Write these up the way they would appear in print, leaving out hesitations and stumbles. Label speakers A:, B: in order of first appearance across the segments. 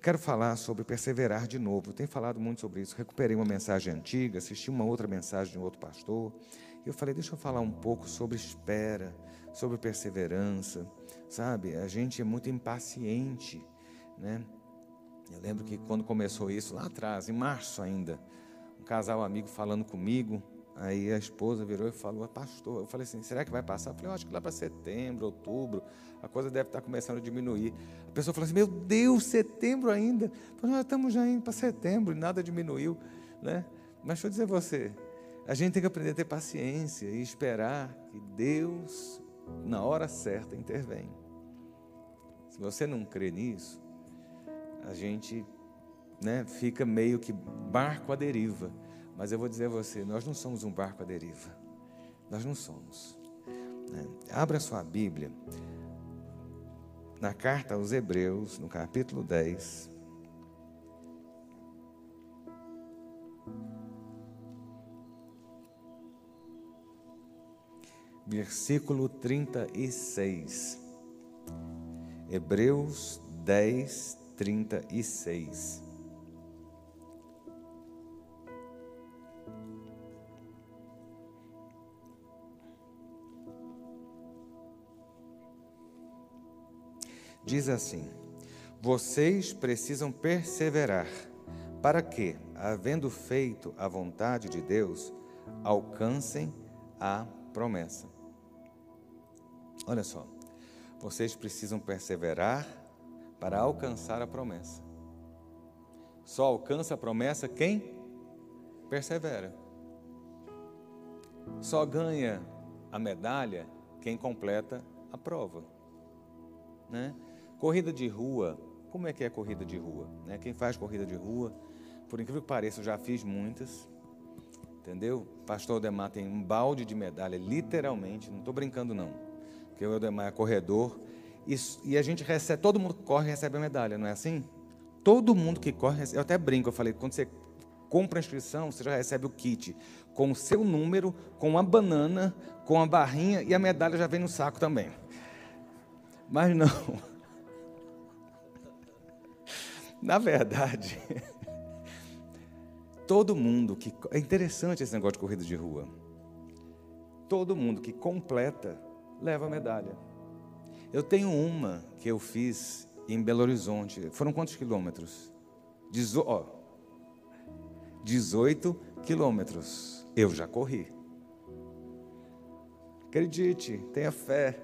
A: quero falar sobre perseverar de novo. Eu tenho falado muito sobre isso. Recuperei uma mensagem antiga, assisti uma outra mensagem de um outro pastor. E eu falei, deixa eu falar um pouco sobre espera, sobre perseverança. Sabe, a gente é muito impaciente, né? Eu lembro que quando começou isso, lá atrás, em março ainda, um casal amigo falando comigo, aí a esposa virou e falou, pastor, eu falei assim, será que vai passar? Eu falei, eu acho que lá para setembro, outubro, a coisa deve estar começando a diminuir. A pessoa falou assim, meu Deus, setembro ainda? Eu falei, nós estamos já indo para setembro e nada diminuiu, né? Mas deixa eu dizer a você, a gente tem que aprender a ter paciência e esperar que Deus, na hora certa, intervém. Se você não crê nisso, a gente, né, fica meio que barco à deriva. Mas eu vou dizer a você, nós não somos um barco à deriva. Nós não somos. Né? Abra sua Bíblia na carta aos Hebreus, no capítulo 10. Versículo 36. Hebreus 10, 36. Diz assim: vocês precisam perseverar, para que, havendo feito a vontade de Deus, alcancem a promessa. Olha só, vocês precisam perseverar para alcançar a promessa. Só alcança a promessa quem persevera. Só ganha a medalha quem completa a prova, né? Corrida de rua, como é que é corrida de rua? Né? Quem faz corrida de rua, por incrível que pareça, eu já fiz muitas, entendeu? Pastor Odemar tem um balde de medalha, literalmente, não estou brincando não, porque o Odemar é corredor, e a gente recebe, todo mundo que corre recebe a medalha, não é assim? Todo mundo que corre, eu até brinco, eu falei, quando você compra a inscrição, você já recebe o kit, com o seu número, com uma banana, com a barrinha, e a medalha já vem no saco também. Mas não. Na verdade, todo mundo que... É interessante esse negócio de corrida de rua. Todo mundo que completa, leva a medalha. Eu tenho uma que eu fiz em Belo Horizonte. Foram quantos quilômetros? 18 quilômetros. Eu já corri. Acredite, tenha fé.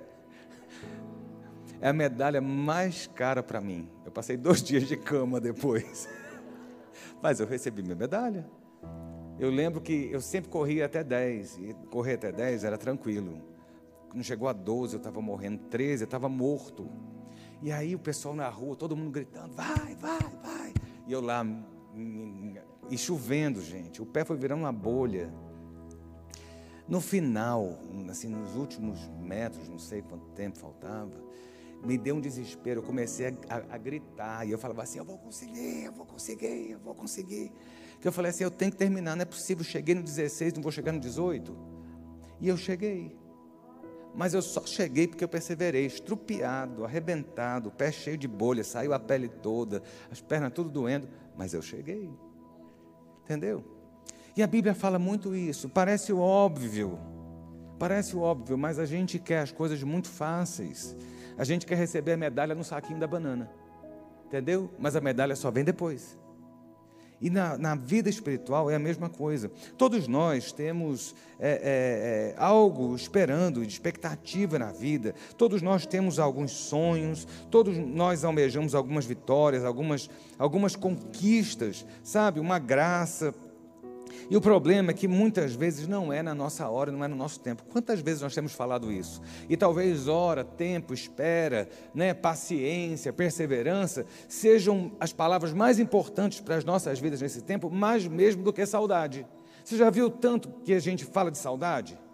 A: É a medalha mais cara para mim. Eu passei 2 dias de cama depois. Mas eu recebi minha medalha. Eu lembro que eu sempre corria até 10. E correr até 10 era tranquilo. Quando chegou a 12, eu estava morrendo. 13, eu estava morto. E aí o pessoal na rua, todo mundo gritando, vai, vai, vai. E eu lá, e chovendo, gente. O pé foi virando uma bolha. No final, assim, nos últimos metros, não sei quanto tempo faltava, me deu um desespero, eu comecei a gritar, e eu falava assim, eu vou conseguir, eu vou conseguir, eu vou conseguir. Que eu falei assim, eu tenho que terminar, não é possível, cheguei no 16, não vou chegar no 18. E eu cheguei. Mas eu só cheguei porque eu perseverei, estrupiado, arrebentado, o pé cheio de bolha, saiu a pele toda, as pernas tudo doendo, mas eu cheguei. Entendeu? E a Bíblia fala muito isso, parece óbvio, mas a gente quer as coisas muito fáceis. A gente quer receber a medalha no saquinho da banana, entendeu? Mas a medalha só vem depois. E na vida espiritual é a mesma coisa. Todos nós temos algo esperando, de expectativa na vida. Todos nós temos alguns sonhos, todos nós almejamos algumas vitórias, algumas conquistas, sabe? Uma graça. E o problema é que muitas vezes não é na nossa hora, não é no nosso tempo. Quantas vezes nós temos falado isso? E talvez hora, tempo, espera, né, paciência, perseverança, sejam as palavras mais importantes para as nossas vidas nesse tempo, mais mesmo do que saudade. Você já viu tanto que a gente fala de saudade?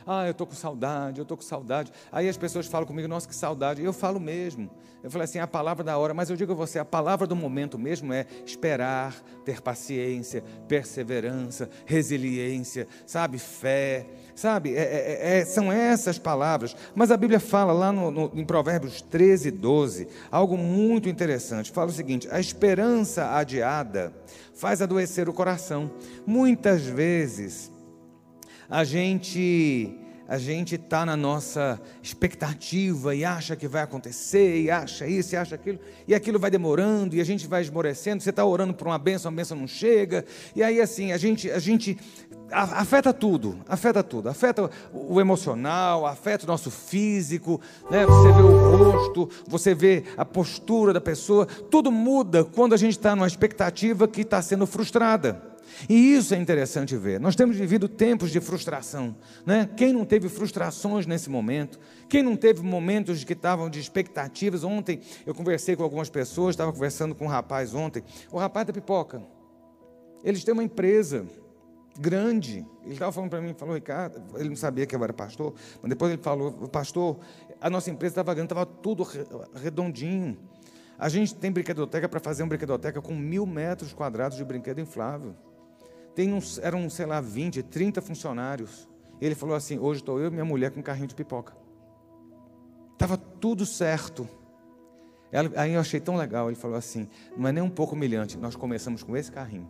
A: eu estou com saudade, eu estou com saudade. Aí as pessoas falam comigo, nossa, que saudade. Eu falo mesmo. Eu falei assim, a palavra da hora, mas eu digo a você, a palavra do momento mesmo é esperar, ter paciência, perseverança, resiliência, sabe, fé, sabe, são essas palavras. Mas a Bíblia fala lá em Provérbios 13, 12, algo muito interessante. Fala o seguinte, a esperança adiada faz adoecer o coração. Muitas vezes a gente está na nossa expectativa e acha que vai acontecer, e acha isso, e acha aquilo, e aquilo vai demorando, e a gente vai esmorecendo. Você está orando por uma bênção, a bênção não chega, e aí assim, a gente afeta tudo, afeta o emocional, afeta o nosso físico, né? Você vê o rosto, você vê a postura da pessoa, tudo muda quando a gente está numa expectativa que está sendo frustrada. E isso é interessante ver. Nós temos vivido tempos de frustração, né? Quem não teve frustrações nesse momento? Quem não teve momentos que estavam de expectativas? Ontem eu conversei com algumas pessoas, estava conversando com um rapaz ontem, o rapaz da pipoca. Eles têm uma empresa grande. Ele estava falando para mim, falou, Ricardo, ele não sabia que eu era pastor, mas depois ele falou, pastor, a nossa empresa estava grande, estava tudo redondinho. A gente tem brinquedoteca para fazer uma brinquedoteca com 1.000 metros quadrados de brinquedo inflável. Eram, sei lá, 20, 30 funcionários. Ele falou assim, hoje estou eu e minha mulher com um carrinho de pipoca. Estava tudo certo. Aí eu achei tão legal, ele falou assim, não é nem um pouco humilhante, nós começamos com esse carrinho.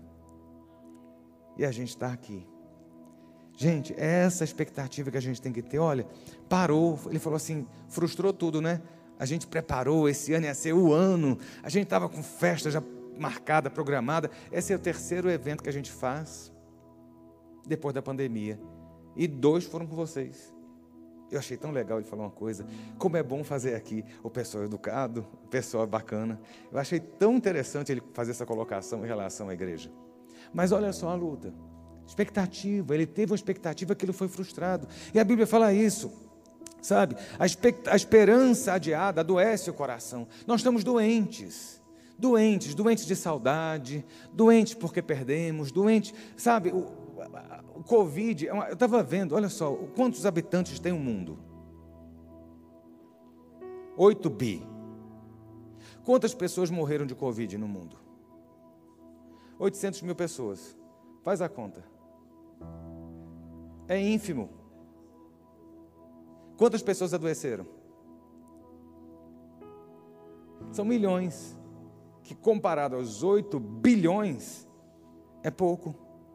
A: E a gente está aqui. Gente, é essa expectativa que a gente tem que ter. Olha, parou, ele falou assim, frustrou tudo, né? A gente preparou, esse ano ia ser o ano, a gente estava com festa já marcada, programada. Esse é o terceiro evento que a gente faz depois da pandemia, e 2 foram com vocês. Eu achei tão legal ele falar uma coisa, como é bom fazer aqui, o pessoal é educado, o pessoal é bacana. Eu achei tão interessante ele fazer essa colocação em relação à igreja. Mas olha só a luta, expectativa, ele teve uma expectativa, aquilo foi frustrado, e a Bíblia fala isso, sabe, a esperança adiada adoece o coração. Nós estamos doentes de saudade, doentes porque perdemos, doentes, sabe, o Covid, eu estava vendo, olha só, quantos habitantes tem o mundo? 8 bi. Quantas pessoas morreram de Covid no mundo? 800 mil pessoas. Faz a conta. É ínfimo. Quantas pessoas adoeceram? São milhões, que comparado aos 8 bilhões, é pouco.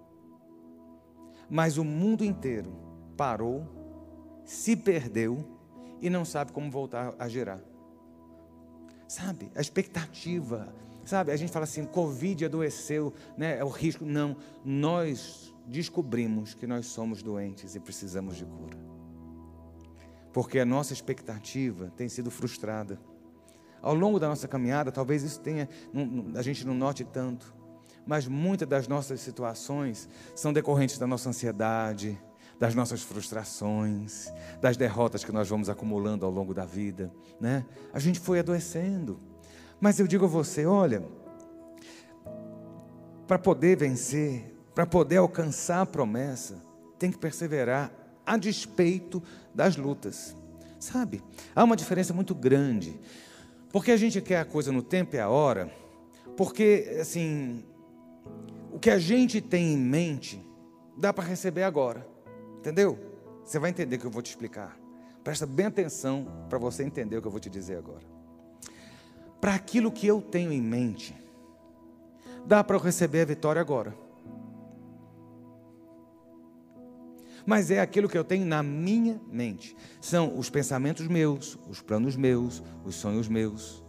A: Mas o mundo inteiro parou, se perdeu e não sabe como voltar a girar. Sabe, a expectativa, sabe, a gente fala assim, Covid adoeceu, né, é o risco. Não, nós descobrimos que nós somos doentes e precisamos de cura. Porque a nossa expectativa tem sido frustrada. Ao longo da nossa caminhada, talvez isso a gente não note tanto, mas muitas das nossas situações são decorrentes da nossa ansiedade, das nossas frustrações, das derrotas que nós vamos acumulando ao longo da vida, né? A gente foi adoecendo. Mas eu digo a você, olha, para poder vencer, para poder alcançar a promessa, tem que perseverar a despeito das lutas, sabe? Há uma diferença muito grande, porque a gente quer a coisa no tempo e a hora, porque, assim, o que a gente tem em mente, dá para receber agora, entendeu? Você vai entender o que eu vou te explicar. Presta bem atenção para você entender o que eu vou te dizer agora. Para aquilo que eu tenho em mente, dá para eu receber a vitória agora. Mas é aquilo que eu tenho na minha mente. São os pensamentos meus, os planos meus, os sonhos meus.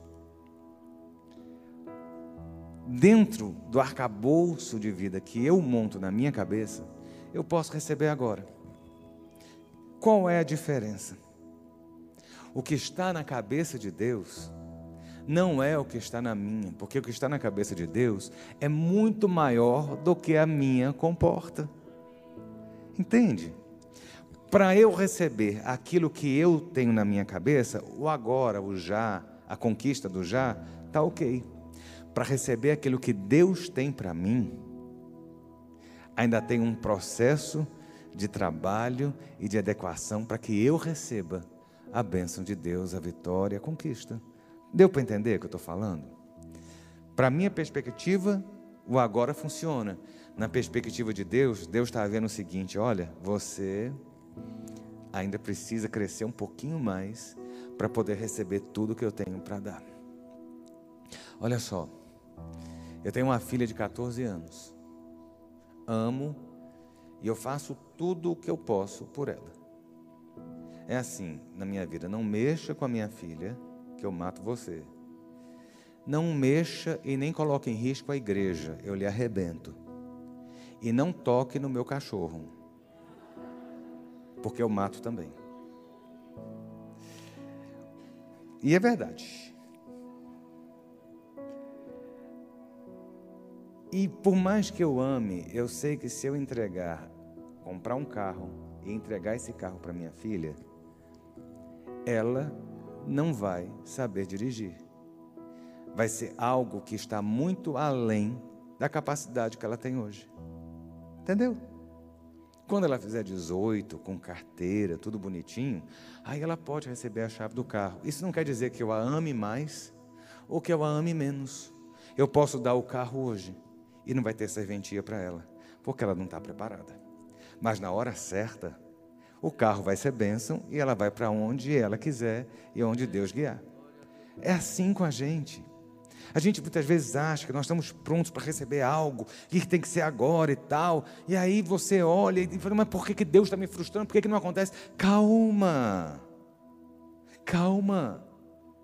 A: Dentro do arcabouço de vida que eu monto na minha cabeça, eu posso receber agora. Qual é a diferença? O que está na cabeça de Deus não é o que está na minha, porque o que está na cabeça de Deus é muito maior do que a minha comporta. Entende? Para eu receber aquilo que eu tenho na minha cabeça, o agora, o já, a conquista do já, está ok. Para receber aquilo que Deus tem para mim, ainda tem um processo de trabalho e de adequação para que eu receba a bênção de Deus, a vitória, a conquista. Deu para entender o que eu estou falando? Para a minha perspectiva, o agora funciona. Na perspectiva de Deus, Deus está vendo o seguinte: olha, você ainda precisa crescer um pouquinho mais para poder receber tudo que eu tenho para dar. Olha só, eu tenho uma filha de 14 anos, amo e eu faço tudo o que eu posso por ela. É assim na minha vida: não mexa com a minha filha, que eu mato você. Não mexa e nem coloque em risco a igreja, eu lhe arrebento. E não toque no meu cachorro, porque eu mato também. E é verdade. E por mais que eu ame, eu sei que se eu comprar um carro e entregar esse carro para minha filha, ela não vai saber dirigir. Vai ser algo que está muito além da capacidade que ela tem hoje. Entendeu? Quando ela fizer 18, com carteira, tudo bonitinho, aí ela pode receber a chave do carro. Isso não quer dizer que eu a ame mais ou que eu a ame menos. Eu posso dar o carro hoje e não vai ter serventia para ela, porque ela não está preparada. Mas na hora certa, o carro vai ser bênção e ela vai para onde ela quiser e onde Deus guiar. É assim com a gente. A gente muitas vezes acha que nós estamos prontos para receber algo, que tem que ser agora e tal. E aí você olha e fala: mas por que Deus está me frustrando? Por que não acontece? Calma. Calma.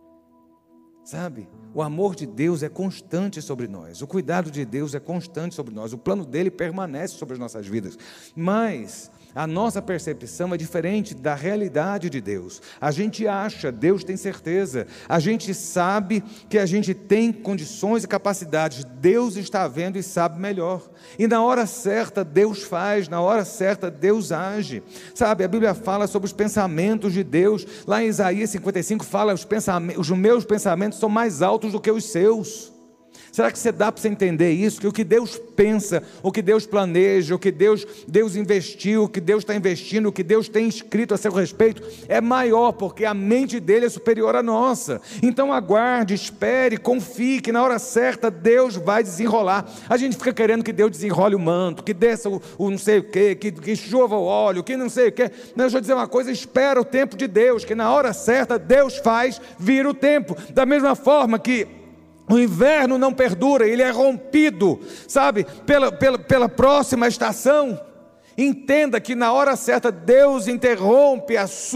A: Sabe? O amor de Deus é constante sobre nós. O cuidado de Deus é constante sobre nós. O plano dele permanece sobre as nossas vidas. Mas a nossa percepção é diferente da realidade de Deus. A gente acha, Deus tem certeza. A gente sabe que a gente tem condições e capacidades. Deus está vendo e sabe melhor. E na hora certa Deus faz, na hora certa Deus age. Sabe, a Bíblia fala sobre os pensamentos de Deus. Lá em Isaías 55 fala: os meus pensamentos são mais altos do que os seus. Será que dá para você entender isso? Que o que Deus pensa, o que Deus planeja, o que Deus investiu, o que Deus está investindo, o que Deus tem escrito a seu respeito é maior, porque a mente dele é superior à nossa. Então aguarde, espere, confie que na hora certa Deus vai desenrolar. A gente fica querendo que Deus desenrole o manto, que desça o não sei o quê, que chova o óleo, que não sei o quê. Mas deixa eu dizer uma coisa: espera o tempo de Deus, que na hora certa Deus faz vir o tempo. Da mesma forma que o inverno não perdura, ele é rompido, sabe, pela próxima estação. Entenda que na hora certa Deus interrompe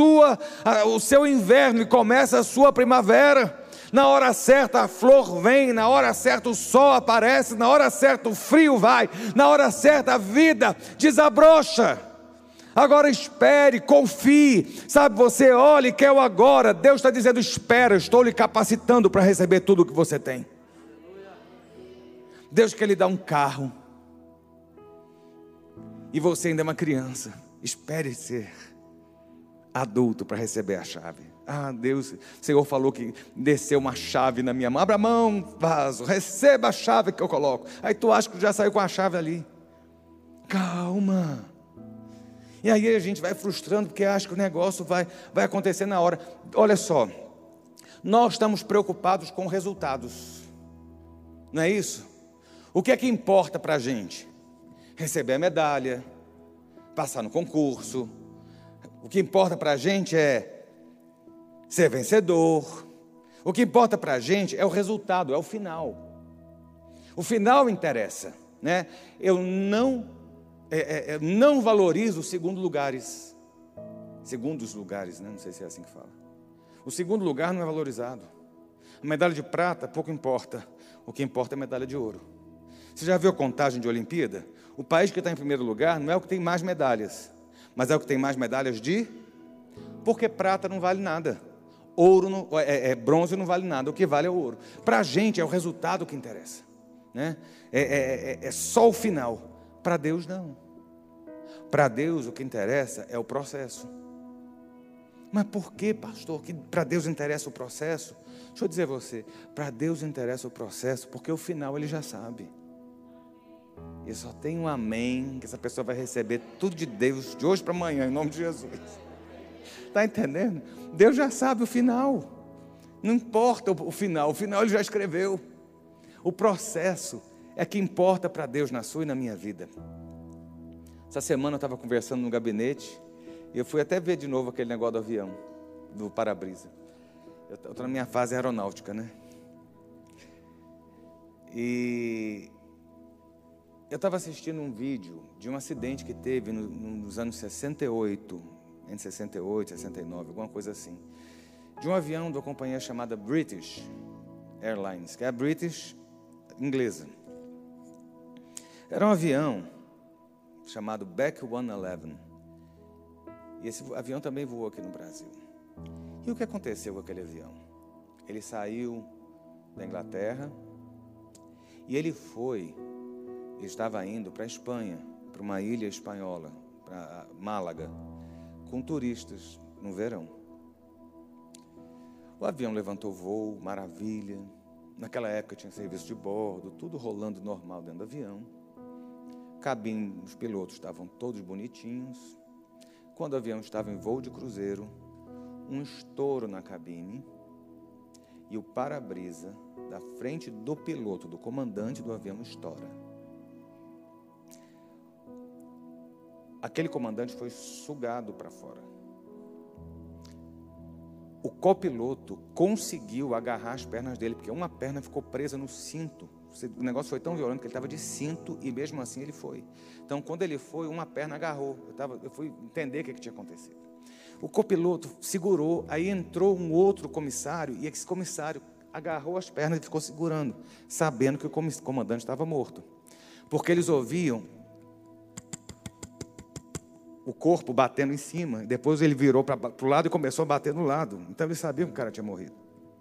A: o seu inverno e começa a sua primavera. Na hora certa a flor vem, na hora certa o sol aparece, na hora certa o frio vai, na hora certa a vida desabrocha. Agora espere, confie, sabe, você olha e quer o agora. Deus está dizendo: espera, eu estou lhe capacitando para receber tudo o que você tem. Deus quer lhe dar um carro e você ainda é uma criança. Espere ser adulto para receber a chave. Deus, o Senhor falou que desceu uma chave na minha mão. Abra a mão, vaso, receba a chave que eu coloco. Aí tu acha que já saiu com a chave ali. Calma. E aí a gente vai frustrando porque acha que o negócio vai acontecer na hora. Olha só, nós estamos preocupados com resultados, não é isso? O que é que importa para a gente? Receber a medalha, passar no concurso. O que importa para a gente é ser vencedor. O que importa para a gente é o resultado, é o final. O final interessa, né? Eu não valorizo os segundos lugares, né? Não sei se é assim que fala. O segundo lugar não é valorizado. A medalha de prata pouco importa. O que importa é a medalha de ouro. Você já viu a contagem de Olimpíada? O país que está em primeiro lugar não é o que tem mais medalhas, mas é o que tem mais medalhas porque prata não vale nada, bronze não vale nada, o que vale é o ouro. Para a gente é o resultado que interessa, né? É só o final. Para Deus não. Para Deus o que interessa é o processo. Mas por que, pastor, que para Deus interessa o processo? Deixa eu dizer a você, para Deus interessa o processo porque o final ele já sabe. E só tem um amém, que essa pessoa vai receber tudo de Deus, de hoje para amanhã, em nome de Jesus. Está entendendo? Deus já sabe o final. Não importa o final Ele já escreveu. O processo é que importa para Deus na sua e na minha vida. Essa semana eu estava conversando no gabinete, e eu fui até ver de novo aquele negócio do avião, do para-brisa. Eu estou na minha fase aeronáutica, né? E eu estava assistindo um vídeo de um acidente que teve nos anos 68, entre 68 e 69, alguma coisa assim, de um avião de uma companhia chamada British Airlines, que é a British inglesa. Era um avião chamado Beech 111. E esse avião também voou aqui no Brasil. E o que aconteceu com aquele avião? Ele saiu da Inglaterra e ele estava indo para a Espanha, para uma ilha espanhola, para Málaga, com turistas no verão. O avião levantou voo, maravilha. Naquela época tinha serviço de bordo, tudo rolando normal dentro do avião. Cabine, os pilotos estavam todos bonitinhos. Quando o avião estava em voo de cruzeiro, um estouro na cabine e o para-brisa da frente do piloto, do comandante do avião, estoura. Aquele comandante foi sugado para fora. O copiloto conseguiu agarrar as pernas dele, porque uma perna ficou presa no cinto. O negócio foi tão violento que ele estava de cinto e mesmo assim ele foi. Então, quando ele foi, uma perna agarrou. Eu fui entender o que tinha acontecido. O copiloto segurou, aí entrou um outro comissário e esse comissário agarrou as pernas e ficou segurando, sabendo que o comandante estava morto. Porque eles ouviam o corpo batendo em cima. Depois ele virou para o lado e começou a bater no lado. Então eles sabiam que o cara tinha morrido.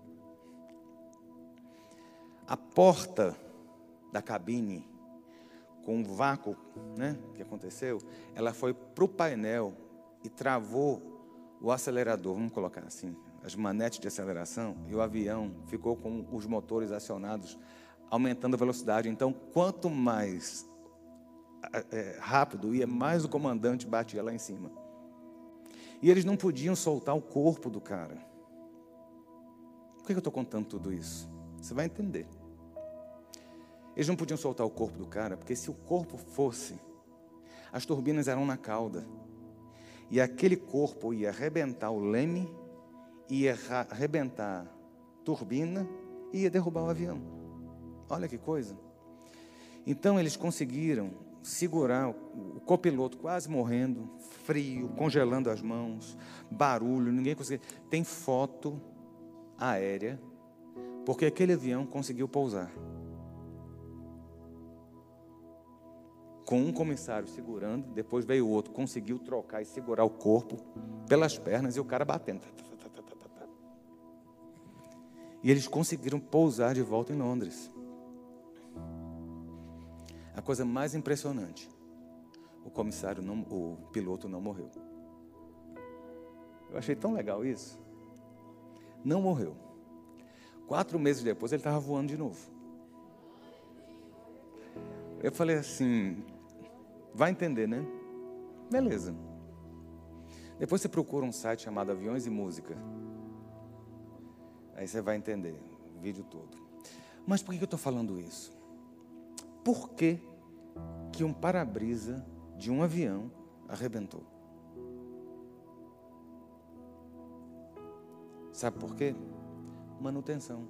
A: A porta da cabine, com um vácuo, né, que aconteceu, ela foi para o painel e travou o acelerador, vamos colocar assim, as manetes de aceleração, e o avião ficou com os motores acionados, aumentando a velocidade. Então, quanto mais rápido ia, mais o comandante batia lá em cima. E eles não podiam soltar o corpo do cara. Por que eu estou contando tudo isso? Você vai entender. Eles não podiam soltar o corpo do cara, porque se o corpo fosse, as turbinas eram na cauda, e aquele corpo ia arrebentar o leme, ia arrebentar a turbina, e ia derrubar o avião. Olha que coisa. Então eles conseguiram segurar o copiloto quase morrendo, frio, congelando as mãos, barulho, ninguém conseguia. Tem foto aérea, porque aquele avião conseguiu pousar. Com um comissário segurando, depois veio o outro, conseguiu trocar e segurar o corpo pelas pernas e o cara batendo. E eles conseguiram pousar de volta em Londres. A coisa mais impressionante, o piloto não morreu. Eu achei tão legal isso. Não morreu. 4 meses depois ele estava voando de novo. Eu falei assim, vai entender, né? Beleza. Depois você procura um site chamado Aviões e Música. Aí você vai entender o vídeo todo. Mas por que eu estou falando isso? Por que que um para-brisa de um avião arrebentou? Sabe por quê? Manutenção.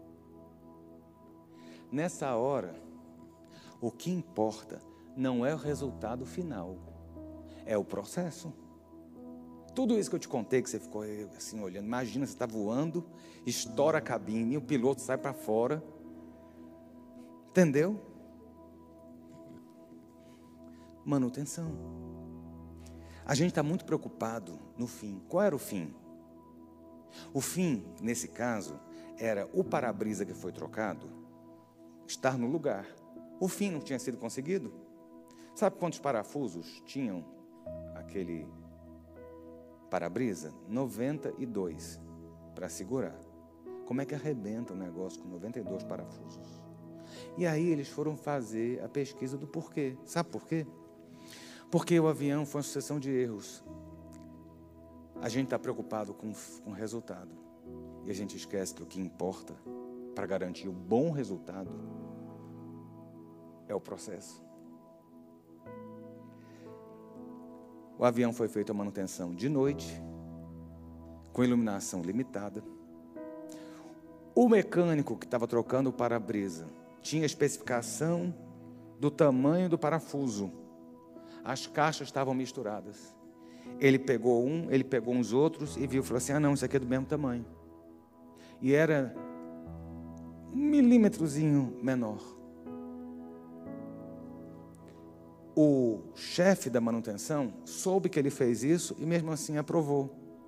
A: Nessa hora, o que importa não é o resultado final, é o processo. Tudo isso que eu te contei, que você ficou assim olhando, imagina, você está voando, estoura a cabine, o piloto sai para fora. Entendeu? Manutenção. A gente está muito preocupado no fim. Qual era o fim? O fim, nesse caso, era o para-brisa que foi trocado estar no lugar. O fim não tinha sido conseguido? Sabe quantos parafusos tinham aquele para-brisa? 92 para segurar. Como é que arrebenta o negócio com 92 parafusos? E aí eles foram fazer a pesquisa do porquê. Sabe por quê? Porque o avião foi uma sucessão de erros. A gente está preocupado com o resultado. E a gente esquece que o que importa para garantir o bom resultado é o processo. O avião foi feito a manutenção de noite, com iluminação limitada. O mecânico que estava trocando o para-brisa tinha especificação do tamanho do parafuso. As caixas estavam misturadas. Ele pegou ele pegou uns outros e viu, falou assim, não, isso aqui é do mesmo tamanho. E era 1 milímetrozinho menor. O chefe da manutenção soube que ele fez isso e mesmo assim aprovou.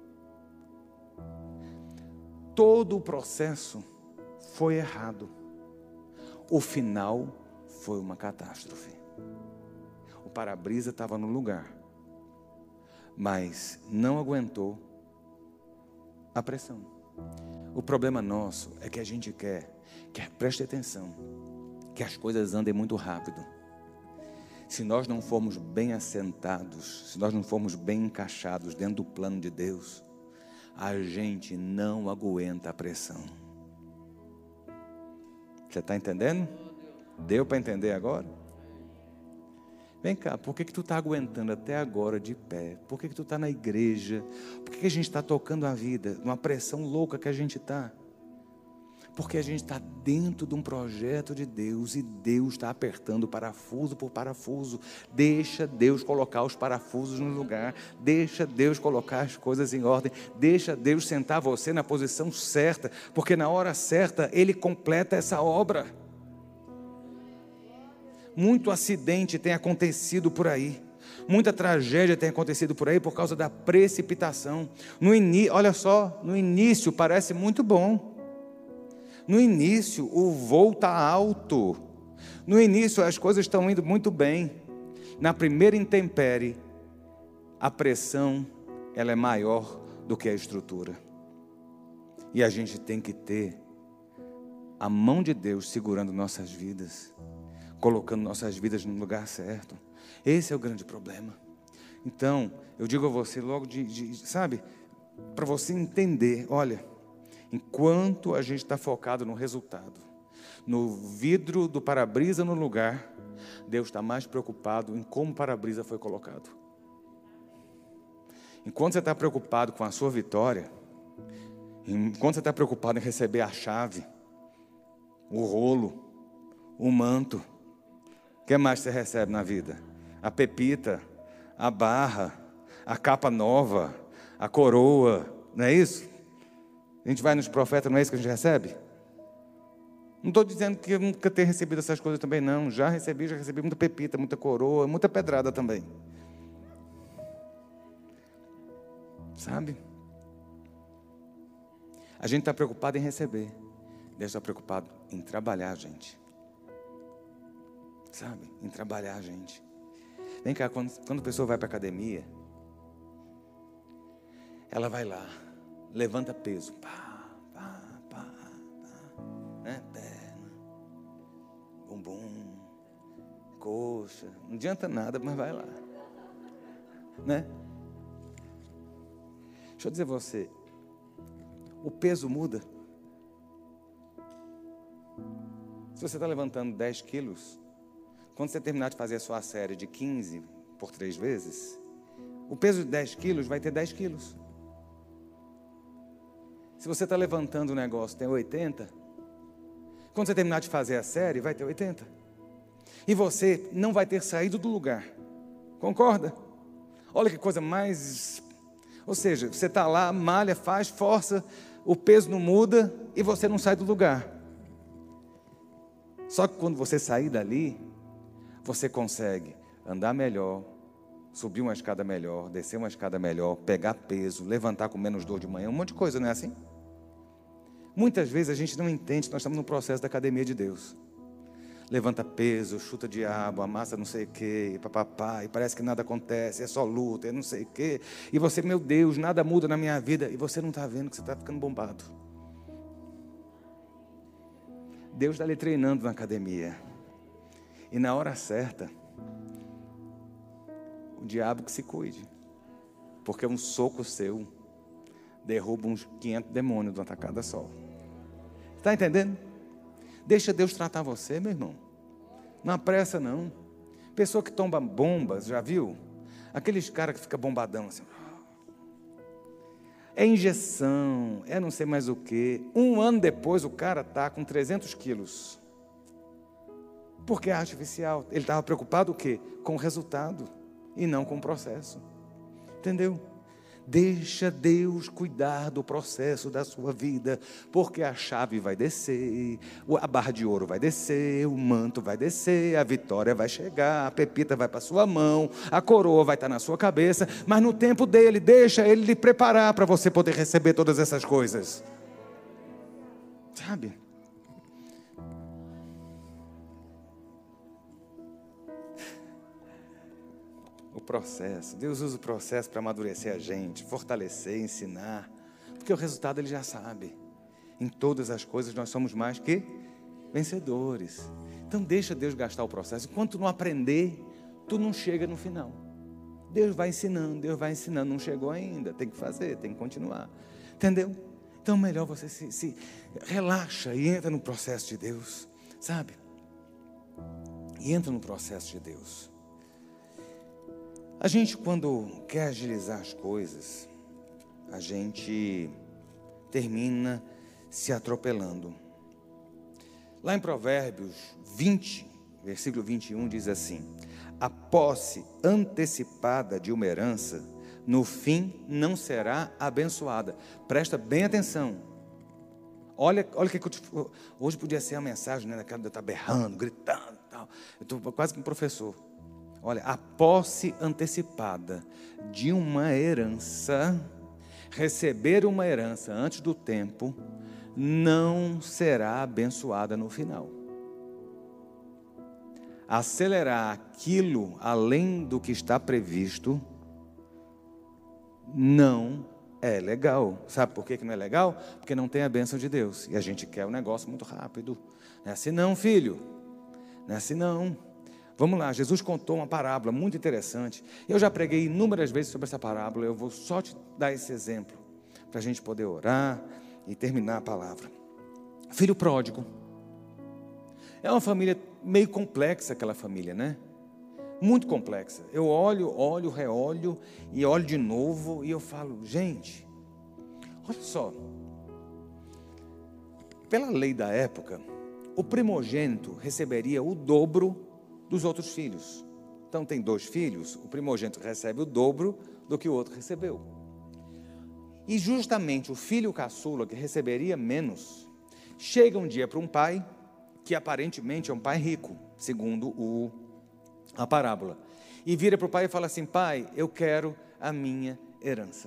A: Todo o processo foi errado. O final foi uma catástrofe. O para-brisa estava no lugar, mas não aguentou a pressão. O problema nosso é que a gente quer, preste atenção, que as coisas andem muito rápido. Se nós não formos bem assentados, se nós não formos bem encaixados dentro do plano de Deus, a gente não aguenta a pressão. Você está entendendo? Deu para entender agora? Vem cá, por que tu está aguentando até agora de pé? Por que tu está na igreja? Por que a gente está tocando a vida? Numa pressão louca que a gente está? Porque a gente está dentro de um projeto de Deus e Deus está apertando parafuso por parafuso. Deixa Deus colocar os parafusos no lugar. Deixa Deus colocar as coisas em ordem. Deixa Deus sentar você na posição certa, porque na hora certa Ele completa essa obra. Muito acidente tem acontecido por aí. Muita tragédia tem acontecido por aí por causa da precipitação. Olha só, no início parece muito bom. No início, o voo está alto. No início, as coisas estão indo muito bem. Na primeira intempérie, a pressão ela é maior do que a estrutura. E a gente tem que ter a mão de Deus segurando nossas vidas, colocando nossas vidas no lugar certo. Esse é o grande problema. Então, eu digo a você logo sabe, para você entender, olha, enquanto a gente está focado no resultado, no vidro do para-brisa no lugar, Deus está mais preocupado em como o para-brisa foi colocado. Enquanto você está preocupado com a sua vitória, enquanto você está preocupado em receber a chave, o rolo, o manto, o que mais você recebe na vida? A pepita, a barra, a capa nova, a coroa, não é isso? A gente vai nos profetas, não é isso que a gente recebe? Não estou dizendo que eu nunca tenha recebido essas coisas também, não. Já recebi muita pepita, muita coroa, muita pedrada também. Sabe? A gente está preocupado em receber. Deus está preocupado em trabalhar a gente. Sabe? Em trabalhar a gente. Vem cá, quando a pessoa vai para a academia, ela vai lá, levanta peso, pá, né? Perna, bumbum, coxa, não adianta nada, mas vai lá, né? Deixa eu dizer a você, o peso muda. Se você está levantando 10 quilos, quando você terminar de fazer a sua série de 15 por 3 vezes, o peso de 10 quilos vai ter 10 quilos. Se você está levantando o negócio, tem 80. Quando você terminar de fazer a série, vai ter 80. E você não vai ter saído do lugar. Concorda? Olha que coisa mais... Ou seja, você está lá, malha, faz, força, o peso não muda e você não sai do lugar. Só que quando você sair dali, você consegue andar melhor, subir uma escada melhor, descer uma escada melhor, pegar peso, levantar com menos dor de manhã, um monte de coisa, não é assim? Muitas vezes a gente não entende que nós estamos no processo da academia de Deus. Levanta peso, chuta diabo, amassa não sei o quê, papapá, e parece que nada acontece, é só luta, é não sei o quê. E você, meu Deus, nada muda na minha vida, e você não está vendo que você está ficando bombado. Deus está lhe treinando na academia. E na hora certa, o diabo que se cuide. Porque um soco seu derruba uns 500 demônios de uma tacada só. Está entendendo? Deixa Deus tratar você, meu irmão. Não apressa, não. Pessoa que toma bombas, já viu? Aqueles caras que ficam bombadão assim. É injeção, é não sei mais o quê. 1 ano depois o cara está com 300 quilos. Porque é artificial. Ele estava preocupado o quê? Com o resultado e não com o processo. Entendeu? Deixa Deus cuidar do processo da sua vida, porque a chave vai descer, a barra de ouro vai descer, o manto vai descer, a vitória vai chegar, a pepita vai para sua mão, a coroa vai estar na sua cabeça, mas no tempo dele, deixa ele lhe preparar para você poder receber todas essas coisas. Sabe? O processo, Deus usa o processo para amadurecer a gente, fortalecer, ensinar, porque o resultado Ele já sabe. Em todas as coisas nós somos mais que vencedores. Então deixa Deus gastar o processo. Enquanto tu não aprender, tu não chega no final. Deus vai ensinando, não chegou ainda, tem que fazer, tem que continuar. Entendeu? Então melhor você se relaxa e entra no processo de Deus, sabe? E entra no processo de Deus. A gente, quando quer agilizar as coisas, a gente termina se atropelando. Lá em Provérbios 20, versículo 21, diz assim: a posse antecipada de uma herança, no fim, não será abençoada. Presta bem atenção. Olha o que hoje podia ser a mensagem, né? Daquela de eu estar berrando, gritando e tal. Eu estou quase que um professor. Olha, a posse antecipada de uma herança, receber uma herança antes do tempo, não será abençoada no final. Acelerar aquilo além do que está previsto não é legal. Sabe por que não é legal? Porque não tem a bênção de Deus. E a gente quer o negócio muito rápido. Não é assim não, filho. Não é assim não. Vamos lá, Jesus contou uma parábola muito interessante. Eu já preguei inúmeras vezes sobre essa parábola. Eu vou só te dar esse exemplo, para a gente poder orar e terminar a palavra. Filho pródigo. É uma família meio complexa, aquela família, né? Muito complexa. Eu olho, reolho e olho de novo e eu falo, gente, olha só. Pela lei da época, o primogênito receberia o dobro dos outros filhos. Então tem 2 filhos, o primogênito recebe o dobro do que o outro recebeu. E justamente o filho caçula, que receberia menos, chega um dia para um pai, que aparentemente é um pai rico, segundo a parábola, e vira para o pai e fala assim: pai, eu quero a minha herança.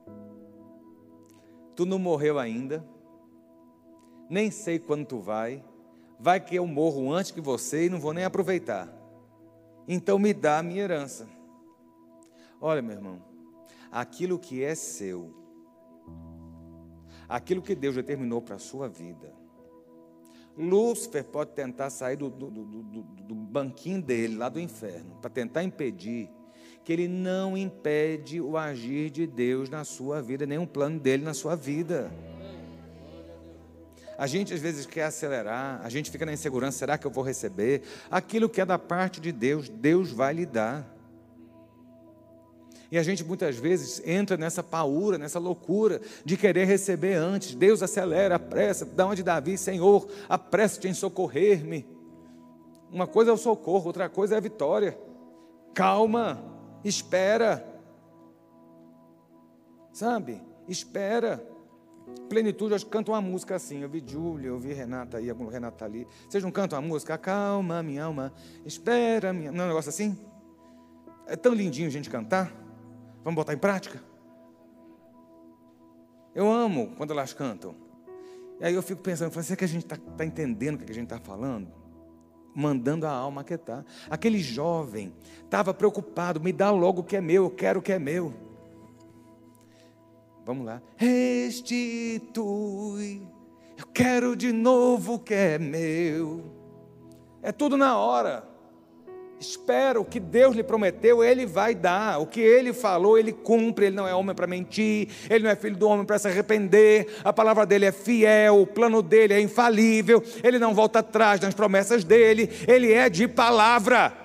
A: Tu não morreu ainda, nem sei quando tu vai que eu morro antes que você e não vou nem aproveitar. Então me dá a minha herança. Olha, meu irmão, aquilo que é seu, aquilo que Deus determinou para a sua vida, Lúcifer pode tentar sair do banquinho dele, lá do inferno, para tentar impedir, que ele não impede o agir de Deus na sua vida, nem o plano dele na sua vida. A gente às vezes quer acelerar, a gente fica na insegurança, será que eu vou receber? Aquilo que é da parte de Deus, Deus vai lhe dar. E a gente muitas vezes entra nessa paura, nessa loucura de querer receber antes. Deus acelera, apressa, dá onde Davi, Senhor, apressa-te em socorrer-me. Uma coisa é o socorro, outra coisa é a vitória. Calma, espera. Sabe? Espera. Plenitude, eu canto uma música assim. Eu vi Júlia, eu vi Renata aí, Renata ali. Vocês não cantam a música? Calma, minha alma, espera, minha... Não é um negócio assim? É tão lindinho a gente cantar. Vamos botar em prática? Eu amo quando elas cantam. E aí eu fico pensando, será que a gente está entendendo o que a gente está falando? Mandando a alma aquietar. Aquele jovem estava preocupado, me dá logo o que é meu, eu quero o que é meu. Vamos lá. Restitui. Eu quero de novo o que é meu. É tudo na hora. Espera, o que Deus lhe prometeu, Ele vai dar. O que Ele falou, Ele cumpre. Ele não é homem para mentir, Ele não é filho do homem para se arrepender. A palavra dEle é fiel, o plano dEle é infalível. Ele não volta atrás nas promessas dEle, Ele é de palavra.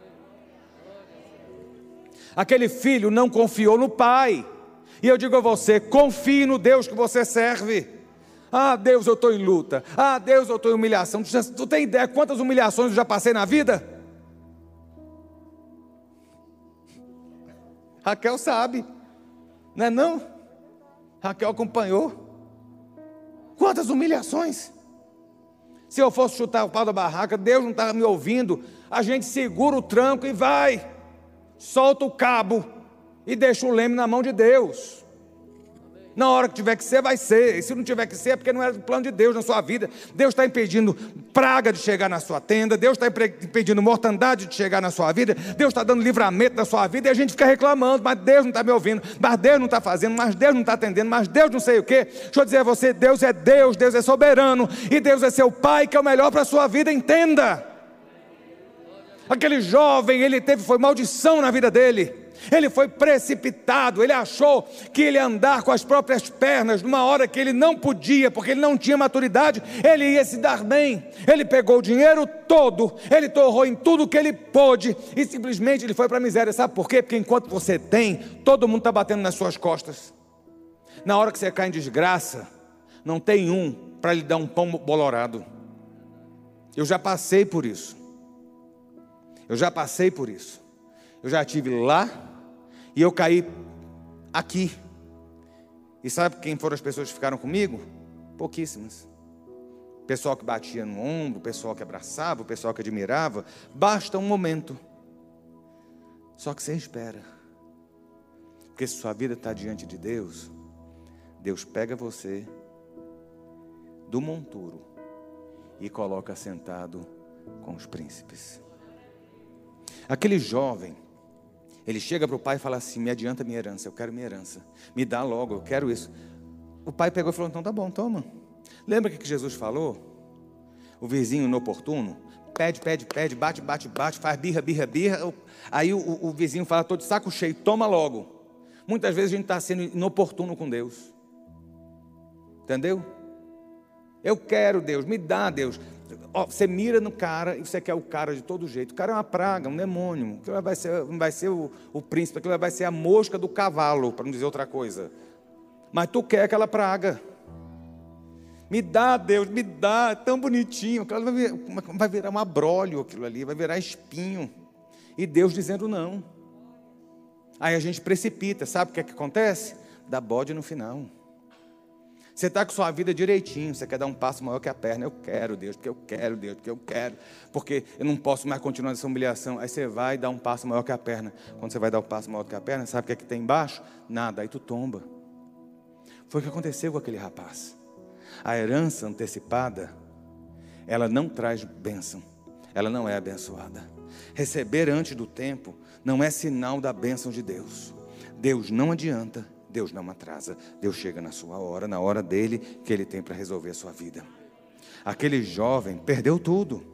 A: Aquele filho não confiou no pai. E eu digo a você, confie no Deus que você serve. Ah, Deus, eu estou em luta. Ah, Deus, eu estou em humilhação. Tu tem ideia quantas humilhações eu já passei na vida? Raquel sabe, não é não? Raquel acompanhou. Quantas humilhações. Se eu fosse chutar o pau da barraca, Deus não estava me ouvindo, a gente segura o tranco e vai. Solta o cabo e deixa o leme na mão de Deus. Na hora que tiver que ser, vai ser. E se não tiver que ser, é porque não era do plano de Deus na sua vida. Deus está impedindo praga de chegar na sua tenda. Deus está impedindo mortandade de chegar na sua vida. Deus está dando livramento na sua vida. E a gente fica reclamando, mas Deus não está me ouvindo, mas Deus não está fazendo, mas Deus não está atendendo, mas Deus não sei o quê. Deixa eu dizer a você, Deus é Deus, Deus é soberano. E Deus é seu Pai, que é o melhor para a sua vida, entenda. Aquele jovem, foi maldição na vida dele. Ele foi precipitado, ele achou que ele ia andar com as próprias pernas, numa hora que ele não podia, porque ele não tinha maturidade, ele ia se dar bem. Ele pegou o dinheiro todo, ele torrou em tudo que ele pôde, e simplesmente ele foi para a miséria. Sabe por quê? Porque enquanto você tem, todo mundo está batendo nas suas costas. Na hora que você cai em desgraça, não tem um para lhe dar um pão bolorado. Eu já passei por isso. Eu já estive lá e eu caí aqui. E sabe quem foram as pessoas que ficaram comigo? Pouquíssimas. O pessoal que batia no ombro, o pessoal que abraçava, o pessoal que admirava. Basta um momento. Só que você espera. Porque se sua vida está diante de Deus, Deus pega você do monturo e coloca sentado com os príncipes. Aquele jovem, ele chega para o pai e fala assim: me adianta minha herança, eu quero minha herança, me dá logo, eu quero isso. O pai pegou e falou: então tá bom, toma. Lembra o que Jesus falou? O vizinho inoportuno, pede, bate, faz birra. Aí o vizinho fala, tô de saco cheio, toma logo. Muitas vezes a gente está sendo inoportuno com Deus. Entendeu? Eu quero, Deus, me dá, Deus. Você mira no cara e você quer o cara de todo jeito. O cara é uma praga, um demônio. Aquilo não vai ser o príncipe, aquilo vai ser a mosca do cavalo, para não dizer outra coisa. Mas tu quer aquela praga. Me dá, Deus, me dá, é tão bonitinho. Aquilo vai virar um abrolho, aquilo ali, vai virar espinho. E Deus dizendo não. Aí a gente precipita, sabe o que é que acontece? Dá bode no final. Você está com sua vida direitinho, você quer dar um passo maior que a perna. Eu quero, Deus, porque eu quero, Deus, porque eu quero, porque eu não posso mais continuar nessa humilhação. Aí você vai dar um passo maior que a perna. Quando você vai dar um passo maior que a perna, sabe o que é que tem embaixo? Nada, aí tu tomba. Foi o que aconteceu com aquele rapaz. A herança antecipada, ela não traz bênção, ela não é abençoada. Receber antes do tempo não é sinal da bênção de Deus. Deus não adianta, Deus não atrasa. Deus chega na sua hora, na hora dele, que ele tem para resolver a sua vida. Aquele jovem perdeu tudo.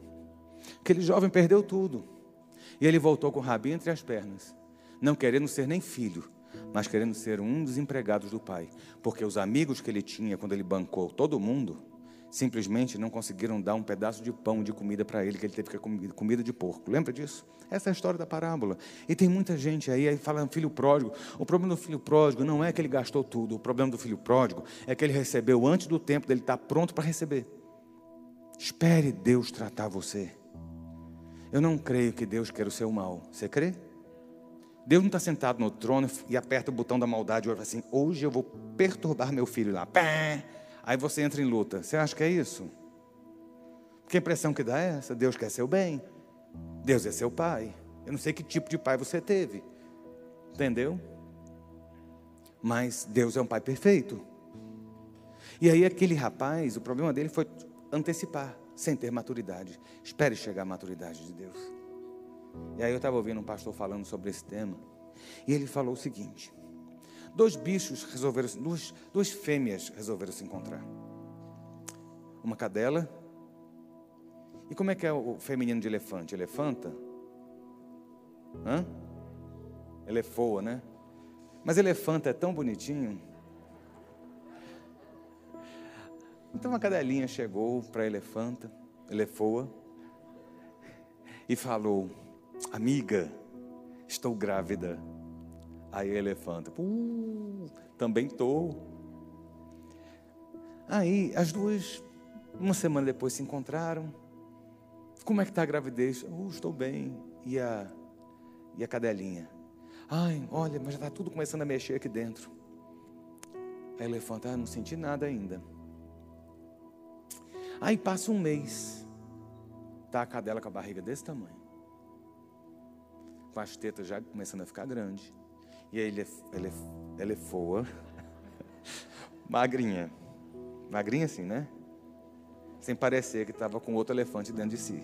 A: E ele voltou com o rabinho entre as pernas, não querendo ser nem filho, mas querendo ser um dos empregados do pai. Porque os amigos que ele tinha, quando ele bancou todo mundo, simplesmente não conseguiram dar um pedaço de pão, de comida para ele, que ele teve que comer comida de porco. Lembra disso? Essa é a história da parábola. E tem muita gente aí fala filho pródigo. O problema do filho pródigo não é que ele gastou tudo. O problema do filho pródigo é que ele recebeu antes do tempo dele estar pronto para receber. Espere Deus tratar você. Eu não creio que Deus quer o seu mal. Você crê? Deus não está sentado no trono e aperta o botão da maldade e fala assim: hoje eu vou perturbar meu filho lá. Pá! Aí você entra em luta. Você acha que é isso? Que impressão que dá é essa? Deus quer seu bem. Deus é seu pai. Eu não sei que tipo de pai você teve. Entendeu? Mas Deus é um pai perfeito. E aí aquele rapaz, o problema dele foi antecipar, sem ter maturidade. Espere chegar à maturidade de Deus. E aí eu estava ouvindo um pastor falando sobre esse tema. E ele falou o seguinte: duas fêmeas resolveram se encontrar. uma cadela. E como é que é o feminino de elefante? Elefanta? Hã? Elefoa, né? Mas elefanta é tão bonitinho. Então a cadelinha chegou para a elefoa, e falou: amiga, estou grávida. Aí a elefanta: também estou. Aí as duas, uma semana depois, se encontraram. Como é que está a gravidez? Estou bem. E a cadelinha: ai, olha, mas já está tudo começando a mexer aqui dentro. A elefanta: não senti nada ainda. Aí passa um mês, está a cadela com a barriga desse tamanho, com as tetas já começando a ficar grande, e a elefoa, magrinha assim, né? Sem parecer que estava com outro elefante dentro de si.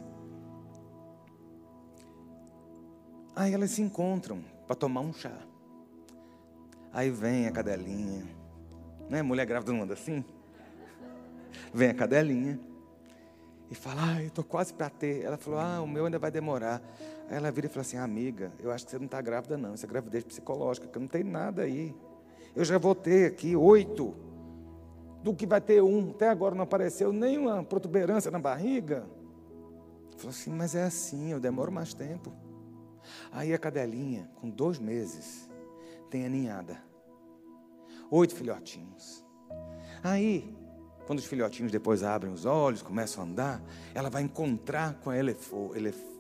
A: Aí elas se encontram para tomar um chá. Aí vem a cadelinha, né? Mulher grávida não anda assim? Vem a cadelinha e fala: ai, eu estou quase para ter. Ela falou: o meu ainda vai demorar. Aí ela vira e fala assim: amiga, eu acho que você não está grávida não, isso é gravidez psicológica, que não tem nada aí. Eu já vou ter aqui 8, do que vai ter 1. Até agora não apareceu nenhuma protuberância na barriga. Falou assim: mas é assim, eu demoro mais tempo. Aí a cadelinha, com 2 meses, tem a ninhada, 8 filhotinhos. Aí, quando os filhotinhos depois abrem os olhos, começam a andar, ela vai encontrar com a elefoa.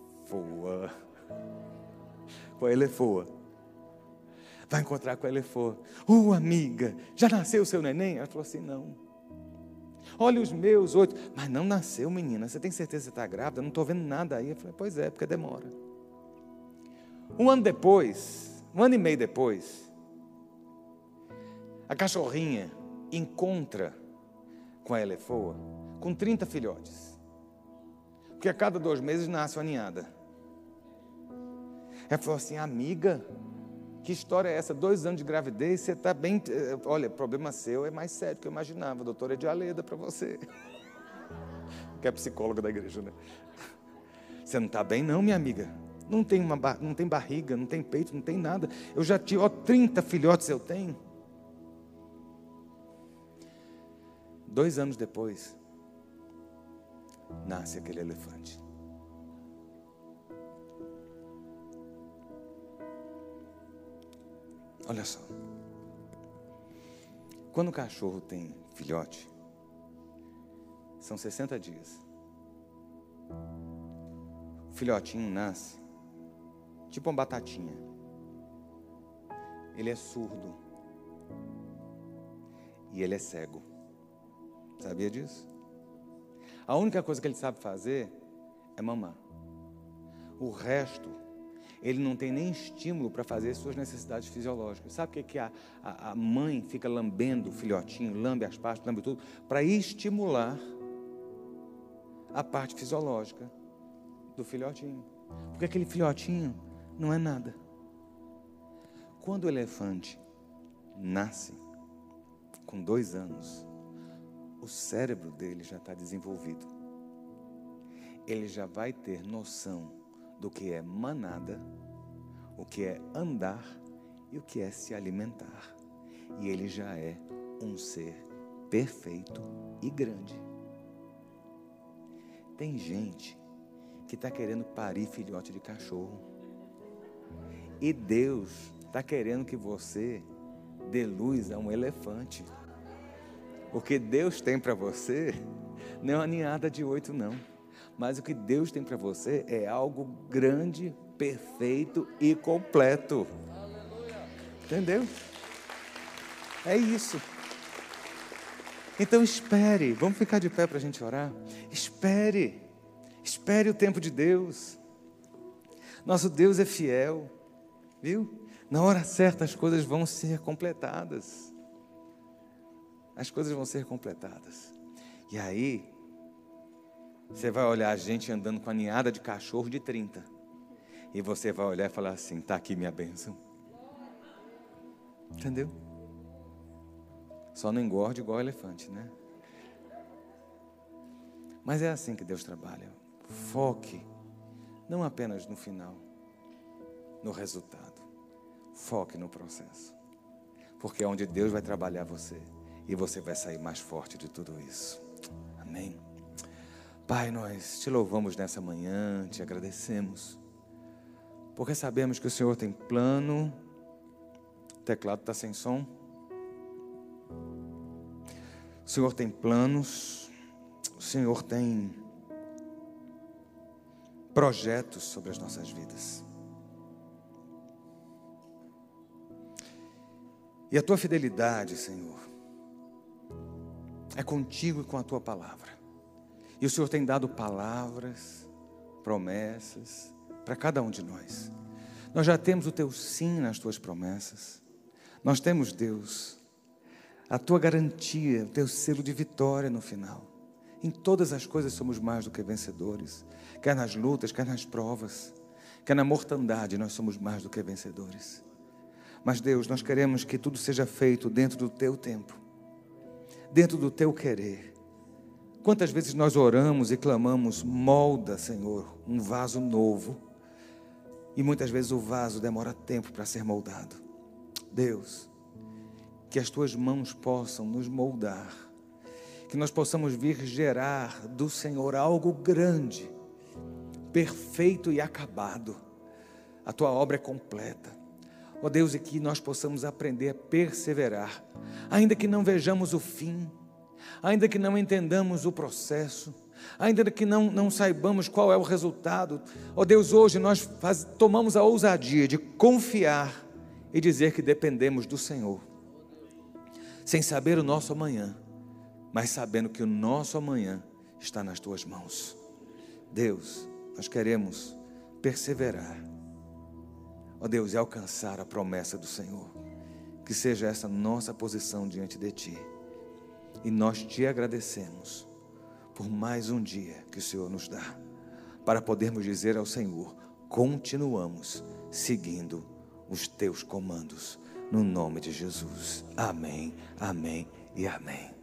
A: Vai encontrar com a elefoa. Amiga, já nasceu o seu neném? Ela falou assim: não. Olha os meus 8. Mas não nasceu, menina. Você tem certeza que você está grávida? Eu não estou vendo nada aí. Eu falei: pois é, porque demora. 1 ano depois, 1 ano e meio depois, a cachorrinha encontra com a elefoa com 30 filhotes. Porque a cada 2 meses nasce uma ninhada. Ela falou assim: amiga, que história é essa? 2 anos de gravidez, você está bem... Olha, problema seu é mais sério do que eu imaginava. Doutora Edialeda para você. Que é psicóloga da igreja, né? Você não está bem não, minha amiga? Não tem barriga, não tem peito, não tem nada. Eu já tive, 30 filhotes eu tenho. 2 anos depois, nasce aquele elefante. Olha só. Quando o cachorro tem filhote, são 60 dias. O filhotinho nasce tipo uma batatinha. Ele é surdo. E ele é cego. Sabia disso? A única coisa que ele sabe fazer é mamar. O resto, ele não tem nem estímulo para fazer suas necessidades fisiológicas. Sabe o que a mãe fica lambendo o filhotinho, lambe as partes, lambe tudo, para estimular a parte fisiológica do filhotinho. Porque aquele filhotinho não é nada. Quando o elefante nasce, com 2 anos, o cérebro dele já está desenvolvido. Ele já vai ter noção do que é manada, o que é andar e o que é se alimentar. E ele já é um ser perfeito e grande. Tem gente que está querendo parir filhote de cachorro. E Deus está querendo que você dê luz a um elefante. O que Deus tem para você não é uma ninhada de 8, não. Mas o que Deus tem para você é algo grande, perfeito e completo. Entendeu? É isso. Então espere. Vamos ficar de pé para a gente orar? Espere. Espere o tempo de Deus. Nosso Deus é fiel. Viu? Na hora certa as coisas vão ser completadas. As coisas vão ser completadas. E aí, você vai olhar a gente andando com a ninhada de cachorro de 30. E você vai olhar e falar assim: está aqui minha bênção. Entendeu? Só não engorde igual elefante, né? Mas é assim que Deus trabalha. Foque, não apenas no final, no resultado. Foque no processo. Porque é onde Deus vai trabalhar você. E você vai sair mais forte de tudo isso. Amém. Pai, nós te louvamos nessa manhã, te agradecemos. Porque sabemos que o Senhor tem plano. O teclado está sem som. O Senhor tem planos. O Senhor tem projetos sobre as nossas vidas. E a tua fidelidade, Senhor, é contigo e com a tua palavra. E o Senhor tem dado palavras, promessas para cada um de nós. Nós já temos o teu sim nas tuas promessas. Nós temos, Deus, a tua garantia, o teu selo de vitória no final. Em todas as coisas somos mais do que vencedores. Quer nas lutas, quer nas provas, quer na mortandade, nós somos mais do que vencedores. Mas, Deus, nós queremos que tudo seja feito dentro do teu tempo, dentro do teu querer. Quantas vezes nós oramos e clamamos, molda, Senhor, um vaso novo. E muitas vezes o vaso demora tempo para ser moldado. Deus, que as tuas mãos possam nos moldar, que nós possamos vir gerar do Senhor algo grande, perfeito e acabado. A tua obra é completa. Ó Deus, e que nós possamos aprender a perseverar, ainda que não vejamos o fim, ainda que não entendamos o processo, ainda que não saibamos qual é o resultado. Ó Deus, hoje nós tomamos a ousadia de confiar e dizer que dependemos do Senhor, sem saber o nosso amanhã, mas sabendo que o nosso amanhã está nas tuas mãos. Deus, nós queremos perseverar, ó Deus, e alcançar a promessa do Senhor. Que seja essa nossa posição diante de Ti. E nós Te agradecemos por mais um dia que o Senhor nos dá, para podermos dizer ao Senhor, continuamos seguindo os Teus comandos, no nome de Jesus. Amém, amém e amém.